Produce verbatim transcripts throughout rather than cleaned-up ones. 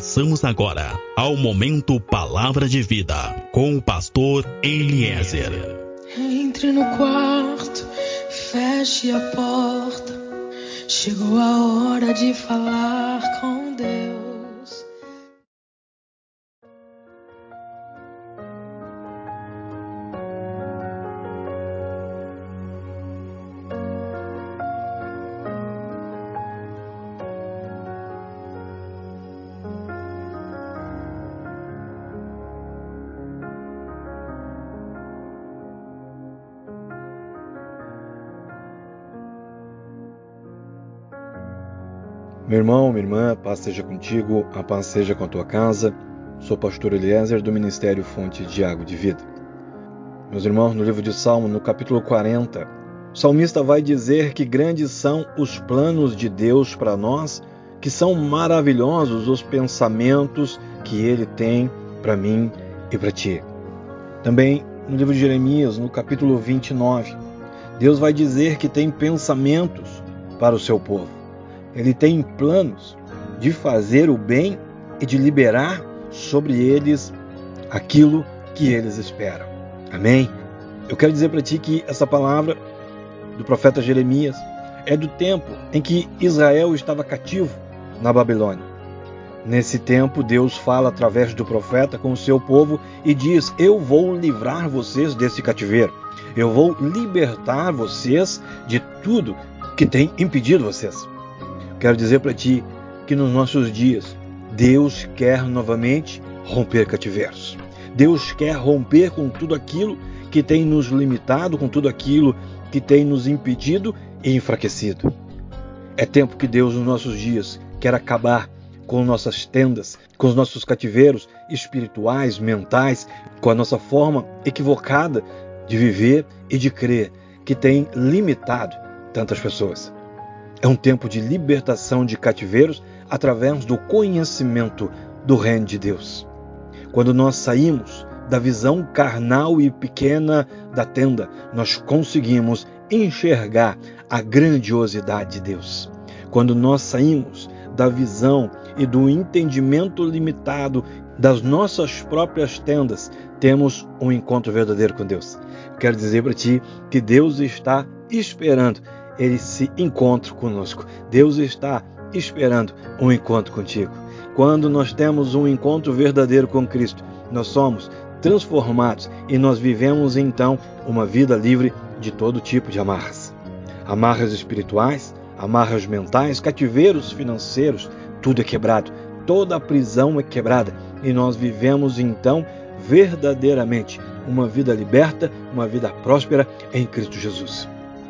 Passamos agora ao momento Palavra de Vida com o pastor Eliezer. Entre no quarto, feche a porta. Chegou a hora de falar com Deus. Meu irmão, minha irmã, a paz seja contigo, a paz seja com a tua casa. Sou pastor Eliezer do Ministério Fonte de Água de Vida. Meus irmãos, no livro de Salmo, no capítulo quarenta, o salmista vai dizer que grandes são os planos de Deus para nós, que são maravilhosos os pensamentos que Ele tem para mim e para ti. Também no livro de Jeremias, no capítulo vinte e nove, Deus vai dizer que tem pensamentos para o seu povo. Ele tem planos de fazer o bem e de liberar sobre eles aquilo que eles esperam. Amém? Eu quero dizer para ti que essa palavra do profeta Jeremias é do tempo em que Israel estava cativo na Babilônia. Nesse tempo, Deus fala através do profeta com o seu povo e diz: eu vou livrar vocês desse cativeiro. Eu vou libertar vocês de tudo que tem impedido vocês. Quero dizer para ti que nos nossos dias, Deus quer novamente romper cativeiros. Deus quer romper com tudo aquilo que tem nos limitado, com tudo aquilo que tem nos impedido e enfraquecido. É tempo que Deus, nos nossos dias, quer acabar com nossas tendas, com os nossos cativeiros espirituais, mentais, com a nossa forma equivocada de viver e de crer, que tem limitado tantas pessoas. É um tempo de libertação de cativeiros através do conhecimento do reino de Deus. Quando nós saímos da visão carnal e pequena da tenda, nós conseguimos enxergar a grandiosidade de Deus. Quando nós saímos da visão e do entendimento limitado das nossas próprias tendas, temos um encontro verdadeiro com Deus. Quero dizer para ti que Deus está esperando esse encontro conosco. Deus está esperando um encontro contigo. Quando nós temos um encontro verdadeiro com Cristo, nós somos transformados e nós vivemos então uma vida livre de todo tipo de amarras. Amarras espirituais, amarras mentais, cativeiros financeiros, tudo é quebrado. Toda a prisão é quebrada e nós vivemos então verdadeiramente uma vida liberta, uma vida próspera em Cristo Jesus.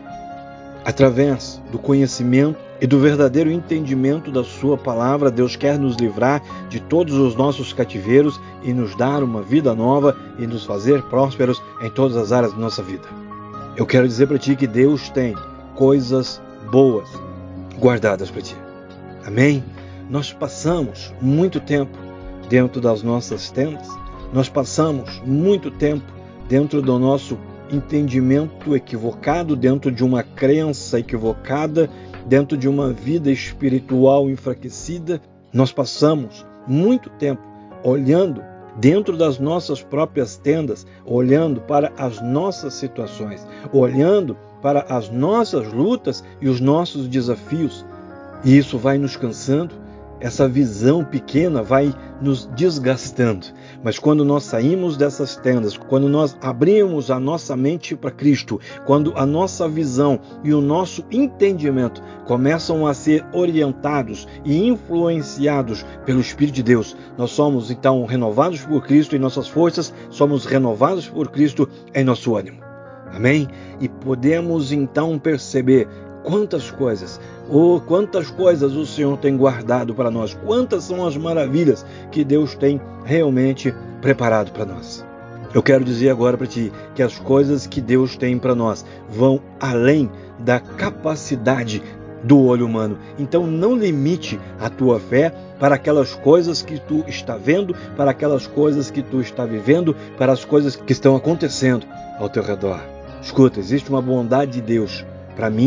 Através do conhecimento e do verdadeiro entendimento da sua palavra, Deus quer nos livrar de todos os nossos cativeiros e nos dar uma vida nova e nos fazer prósperos em todas as áreas da nossa vida. Eu quero dizer para ti que Deus tem coisas boas guardadas para ti. Amém? Nós passamos muito tempo dentro das nossas tendas, nós passamos muito tempo dentro do nosso entendimento equivocado, dentro de uma crença equivocada, dentro de uma vida espiritual enfraquecida. Nós passamos muito tempo olhando dentro das nossas próprias tendas, olhando para as nossas situações, olhando para as nossas lutas e os nossos desafios. E isso vai nos cansando, essa visão pequena vai nos desgastando. Mas quando nós saímos dessas tendas, quando nós abrimos a nossa mente para Cristo, quando a nossa visão e o nosso entendimento começam a ser orientados e influenciados pelo Espírito de Deus, nós somos então renovados por Cristo em nossas forças, somos renovados por Cristo em nosso ânimo. Amém? E podemos então perceber quantas coisas, oh, quantas coisas o Senhor tem guardado para nós, quantas são as maravilhas que Deus tem realmente preparado para nós. Eu quero dizer agora para ti que as coisas que Deus tem para nós vão além da capacidade do olho humano. Então não limite a tua fé para aquelas coisas que tu está vendo, para aquelas coisas que tu está vivendo, para as coisas que estão acontecendo ao teu redor. Escuta, existe uma bondade de Deus para a minha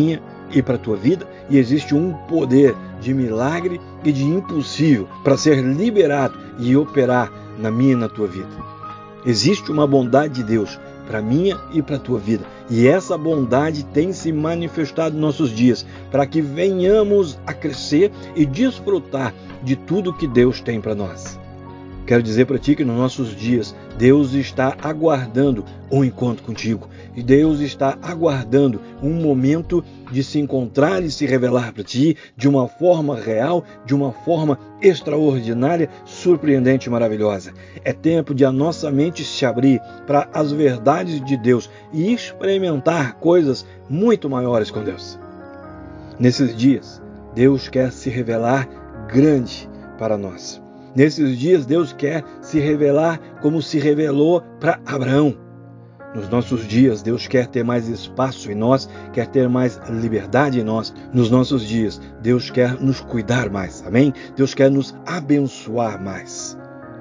e para a tua vida, e existe um poder de milagre e de impossível para ser liberado e operar na minha e na tua vida. Existe uma bondade de Deus para a minha e para a tua vida, e essa bondade tem se manifestado nos nossos dias para que venhamos a crescer e desfrutar de tudo que Deus tem para nós. Quero dizer para ti que nos nossos dias Deus está aguardando um encontro contigo. E Deus está aguardando um momento de se encontrar e se revelar para ti de uma forma real, de uma forma extraordinária, surpreendente e maravilhosa. É tempo de a nossa mente se abrir para as verdades de Deus e experimentar coisas muito maiores com Deus. Nesses dias, Deus quer se revelar grande para nós. Nesses dias, Deus quer se revelar como se revelou para Abraão. Nos nossos dias, Deus quer ter mais espaço em nós, quer ter mais liberdade em nós. Nos nossos dias, Deus quer nos cuidar mais, amém? Deus quer nos abençoar mais.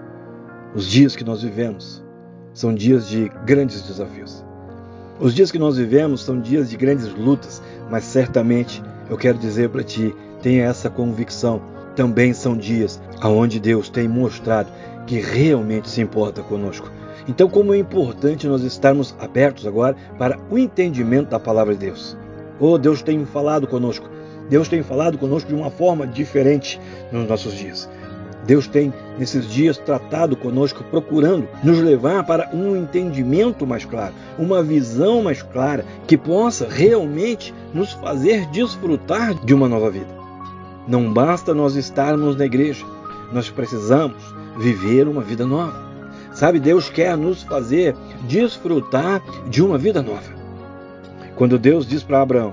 Os dias que nós vivemos são dias de grandes desafios. Os dias que nós vivemos são dias de grandes lutas, mas certamente, eu quero dizer para ti, tenha essa convicção, também são dias onde Deus tem mostrado que realmente se importa conosco. Então, como é importante nós estarmos abertos agora para o entendimento da palavra de Deus. Oh, Deus tem falado conosco. Deus tem falado conosco de uma forma diferente nos nossos dias. Deus tem, nesses dias, tratado conosco, procurando nos levar para um entendimento mais claro, uma visão mais clara, que possa realmente nos fazer desfrutar de uma nova vida. Não basta nós estarmos na igreja, nós precisamos viver uma vida nova. Sabe, Deus quer nos fazer desfrutar de uma vida nova. Quando Deus diz para Abraão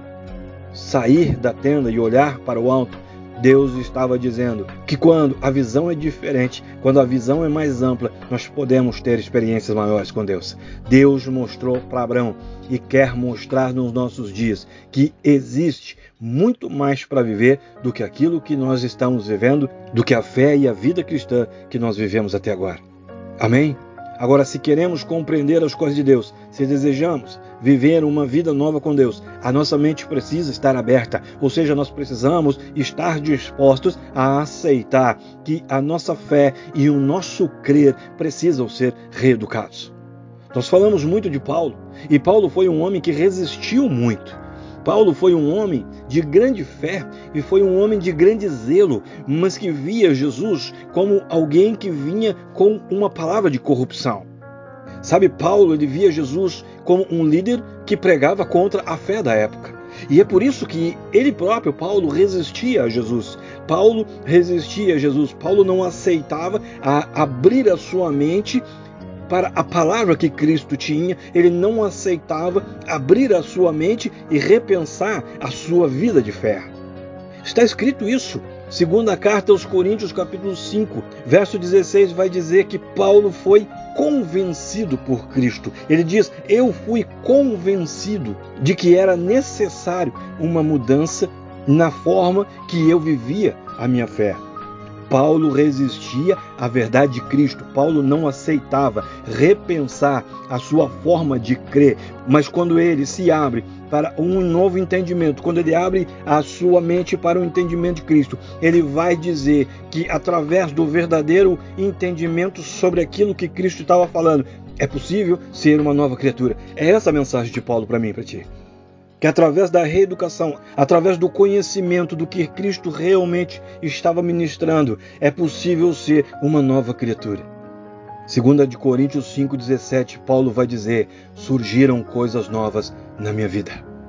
sair da tenda e olhar para o alto, Deus estava dizendo que quando a visão é diferente, quando a visão é mais ampla, nós podemos ter experiências maiores com Deus. Deus mostrou para Abraão e quer mostrar nos nossos dias que existe muito mais para viver do que aquilo que nós estamos vivendo, do que a fé e a vida cristã que nós vivemos até agora. Amém? Agora, se queremos compreender as coisas de Deus, se desejamos viver uma vida nova com Deus, a nossa mente precisa estar aberta, ou seja, nós precisamos estar dispostos a aceitar que a nossa fé e o nosso crer precisam ser reeducados. Nós falamos muito de Paulo, e Paulo foi um homem que resistiu muito. Paulo foi um homem de grande fé e foi um homem de grande zelo, mas que via Jesus como alguém que vinha com uma palavra de corrupção. Sabe, Paulo ele via Jesus como um líder que pregava contra a fé da época. E é por isso que ele próprio, Paulo, resistia a Jesus. Paulo resistia a Jesus. Paulo não aceitava a abrir a sua mente para a palavra que Cristo tinha, ele não aceitava abrir a sua mente e repensar a sua vida de fé. Está escrito isso. Segunda carta aos Coríntios, capítulo cinco, verso dezesseis, vai dizer que Paulo foi convencido por Cristo. Ele diz, eu fui convencido de que era necessário uma mudança na forma que eu vivia a minha fé. Paulo resistia à verdade de Cristo. Paulo não aceitava repensar a sua forma de crer. Mas quando ele se abre para um novo entendimento, quando ele abre a sua mente para o entendimento de Cristo, ele vai dizer que através do verdadeiro entendimento sobre aquilo que Cristo estava falando, é possível ser uma nova criatura. É essa a mensagem de Paulo para mim e para ti. Que através da reeducação, através do conhecimento do que Cristo realmente estava ministrando, é possível ser uma nova criatura. Segunda de Coríntios cinco, dezessete, Paulo vai dizer, surgiram coisas novas na minha vida.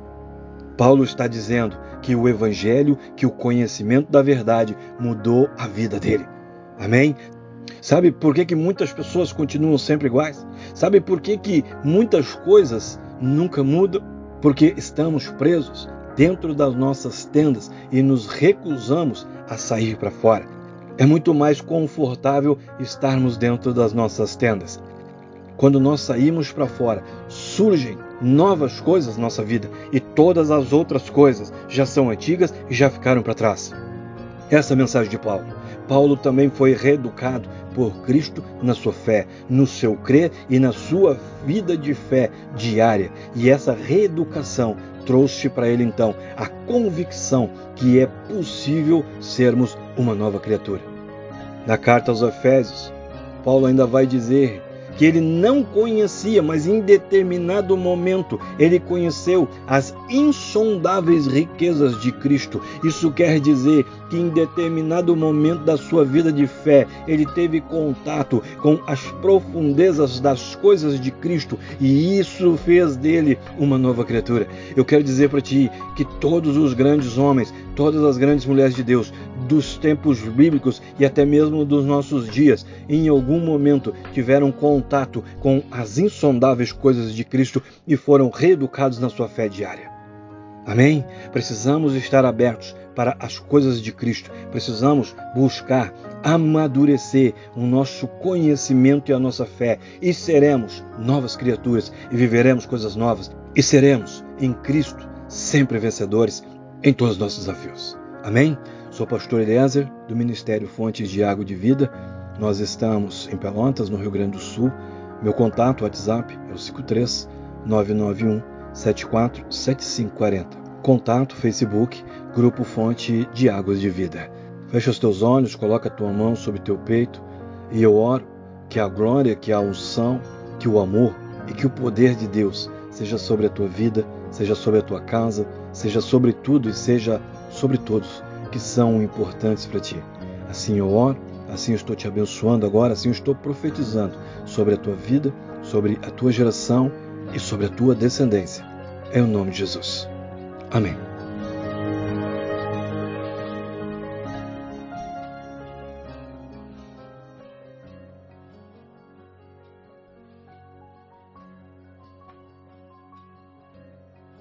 Paulo está dizendo que o Evangelho, que o conhecimento da verdade mudou a vida dele. Amém? Sabe por que que muitas pessoas continuam sempre iguais? Sabe por que que muitas coisas nunca mudam? Porque estamos presos dentro das nossas tendas e nos recusamos a sair para fora. É muito mais confortável estarmos dentro das nossas tendas. Quando nós saímos para fora, surgem novas coisas na nossa vida e todas as outras coisas já são antigas e já ficaram para trás. Essa é a mensagem de Paulo. Paulo também foi reeducado por Cristo na sua fé, no seu crer e na sua vida de fé diária. E essa reeducação trouxe para ele então a convicção que é possível sermos uma nova criatura. Na carta aos Efésios, Paulo ainda vai dizer que ele não conhecia, mas em determinado momento ele conheceu as insondáveis riquezas de Cristo. Isso quer dizer que em determinado momento da sua vida de fé, ele teve contato com as profundezas das coisas de Cristo e isso fez dele uma nova criatura. Eu quero dizer para ti que todos os grandes homens, todas as grandes mulheres de Deus, dos tempos bíblicos e até mesmo dos nossos dias, em algum momento tiveram contato com as insondáveis coisas de Cristo e foram reeducados na sua fé diária. Amém? Precisamos estar abertos para as coisas de Cristo. Precisamos buscar amadurecer o nosso conhecimento e a nossa fé e seremos novas criaturas e viveremos coisas novas e seremos em Cristo sempre vencedores em todos os nossos desafios. Amém? Sou o pastor Eliezer, do Ministério Fontes de Água de Vida. Nós estamos em Pelotas, no Rio Grande do Sul. Meu contato, WhatsApp, é o cinco três nove nove um sete quatro sete cinco quatro zero. Contato, Facebook, Grupo Fonte de Águas de Vida. Fecha os teus olhos, coloca a tua mão sobre teu peito e eu oro que a glória, que a unção, que o amor e que o poder de Deus seja sobre a tua vida, seja sobre a tua casa, seja sobre tudo e seja sobre todos que são importantes para ti. Assim eu oro, assim eu estou te abençoando agora, assim eu estou profetizando sobre a tua vida, sobre a tua geração e sobre a tua descendência. Em nome de Jesus. Amém.